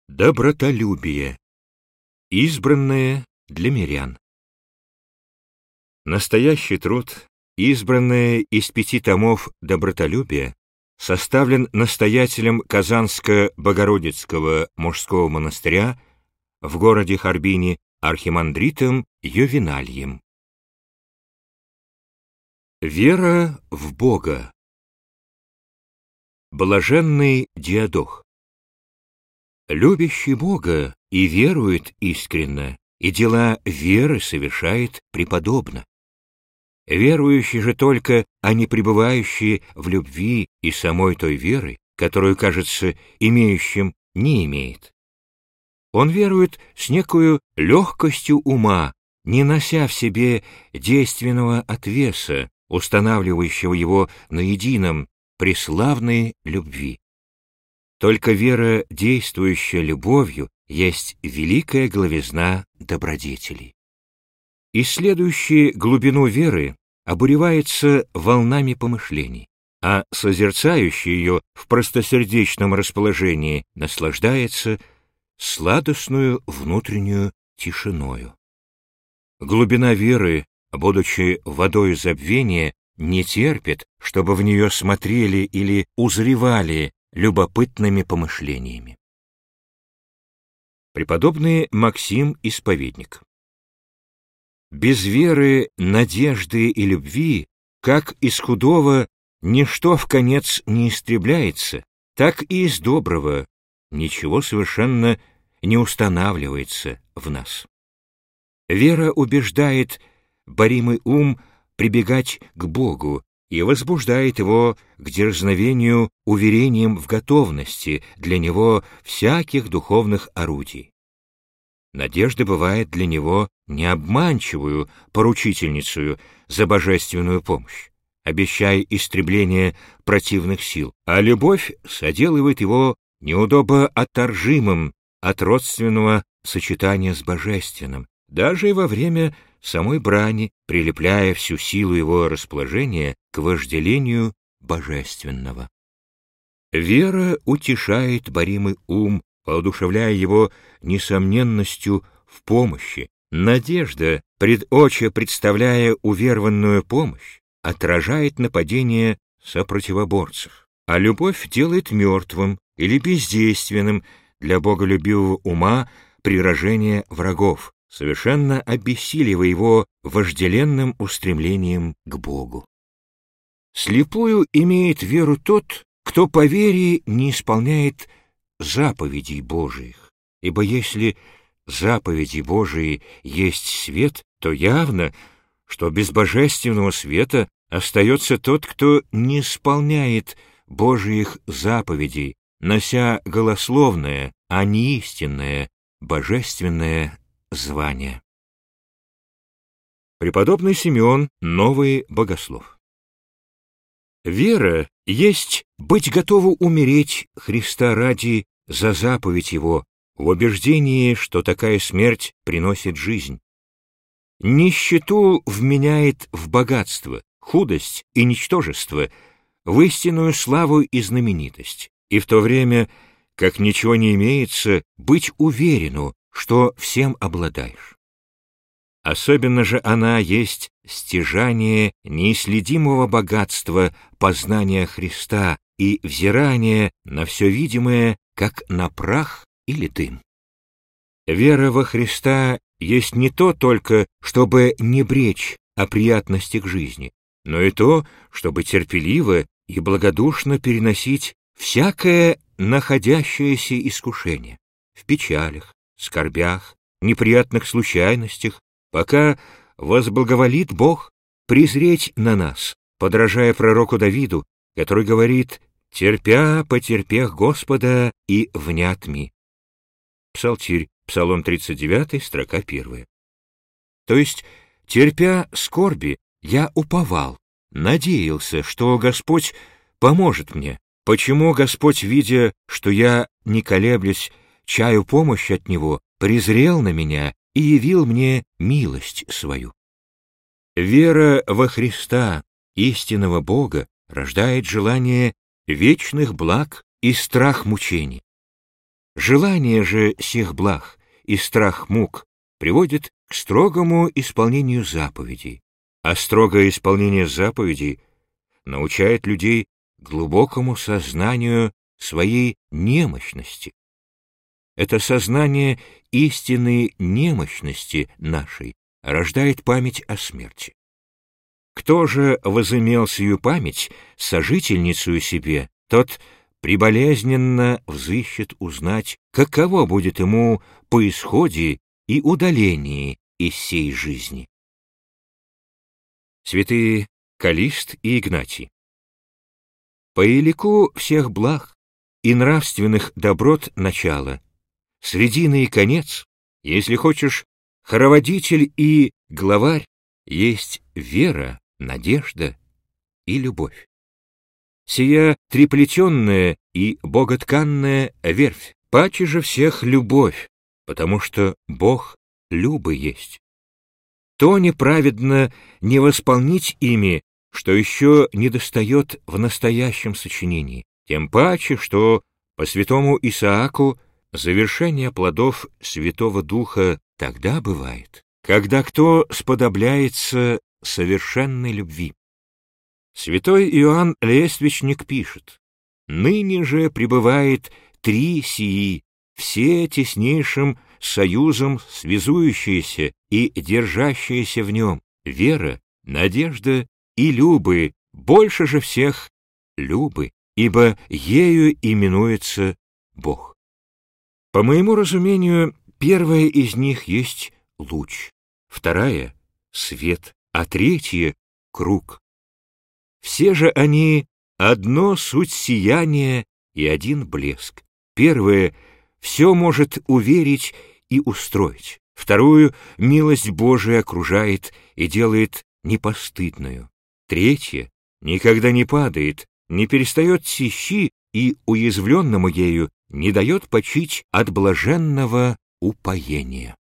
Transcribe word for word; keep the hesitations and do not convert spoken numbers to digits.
Добротолюбие. Избранное для мирян. Настоящий труд, избранное из пяти томов добротолюбия, составлен настоятелем Казанско-Богородицкого мужского монастыря в городе Харбине архимандритом Ювенальем. Вера в Бога. Блаженный Диадох. Любящий Бога и верует искренно, и дела веры совершает преподобно. Верующий же только, а не пребывающий в любви и самой той веры, которую, кажется, имеющим, не имеет. Он верует с некою легкостью ума, не нося в себе действенного отвеса, устанавливающего его на едином, преславной любви. Только вера, действующая любовью, есть великая главизна добродетелей. Исследующий глубину веры обуревается волнами помышлений, а созерцающий ее в простосердечном расположении наслаждается сладостную внутреннюю тишиною. Глубина веры, будучи водой забвения, не терпит, чтобы в нее смотрели или узревали любопытными помышлениями. Преподобный Максим Исповедник. Без веры, надежды и любви, как из худого ничто в конец не истребляется, так и из доброго ничего совершенно не устанавливается в нас. Вера убеждает боримый ум прибегать к Богу и возбуждает его к дерзновению уверением в готовности для него всяких духовных орудий. Надежда бывает для него необманчивую поручительницею за божественную помощь, обещая истребление противных сил, а любовь соделывает его неудобоотторжимым от родственного сочетания с божественным, даже и во время самой брани, прилепляя всю силу его расположения к вожделению божественного. Вера утешает боримый ум, воодушевляя его несомненностью в помощи. Надежда, пред очи представляя уверованную помощь, отражает нападение сопротивоборцев, а любовь делает мертвым или бездейственным для боголюбивого ума приражение врагов, совершенно обессиливая его вожделенным устремлением к Богу. Слепую имеет веру тот, кто по вере не исполняет заповедей Божиих, ибо если заповеди Божии есть свет, то явно, что без божественного света остается тот, кто не исполняет Божиих заповедей, нося голословное, а не истинное, божественное звание. Преподобный Симеон, новый богослов. Вера есть быть готову умереть Христа ради за заповедь Его, в убеждении, что такая смерть приносит жизнь. Нищету вменяет в богатство, худость и ничтожество, в истинную славу и знаменитость, и в то время, как ничего не имеется, быть уверену, что всем обладаешь. Особенно же она есть стяжание неисследимого богатства познания Христа и взирание на все видимое, как на прах или дым. Вера во Христа есть не то только, чтобы не бречь о приятностях жизни, но и то, чтобы терпеливо и благодушно переносить всякое находящееся искушение в печалях, скорбях, неприятных случайностях, пока возблаговолит Бог презреть на нас, подражая пророку Давиду, который говорит: «Терпя потерпех Господа и внят ми». Псалтирь, Псалом тридцать девятый, строка первая. То есть, терпя скорби, я уповал, надеялся, что Господь поможет мне. Почему Господь, видя, что я, не колеблясь, чаю помощь от Него, презрел на меня и явил мне милость свою? Вера во Христа, истинного Бога, рождает желание вечных благ и страх мучений. Желание же сих благ и страх мук приводит к строгому исполнению заповедей, а строгое исполнение заповедей научает людей глубокому сознанию своей немощности. Это сознание истинной немощности нашей рождает память о смерти. Кто же возымел сию память, сожительницу себе, тот приболезненно взыщет узнать, каково будет ему по исходе и удалении из сей жизни. Святые Каллист и Игнатий. По елику всех благ и нравственных доброт начала, средина и конец, если хочешь, хороводитель и главарь, есть вера, надежда и любовь. Сия триплетенная и богодканная верфь, паче же всех любовь, потому что Бог любы есть. То неправедно не восполнить ими, что еще недостает в настоящем сочинении, тем паче, что по святому Исааку завершение плодов Святого Духа тогда бывает, когда кто сподобляется совершенной любви. Святой Иоанн Лествичник пишет: «Ныне же пребывает три сии, все теснейшим союзом связующиеся и держащиеся в нем: вера, надежда и любы, больше же всех любы, ибо ею именуется Бог». По моему разумению, первая из них есть луч, вторая — свет, а третья — круг. Все же они одно суть сияния и один блеск. Первое — все может уверить и устроить. Вторую — милость Божия окружает и делает непостыдную. Третье — никогда не падает, не перестает сищи и уязвленному ею не дает почить от блаженного упоения.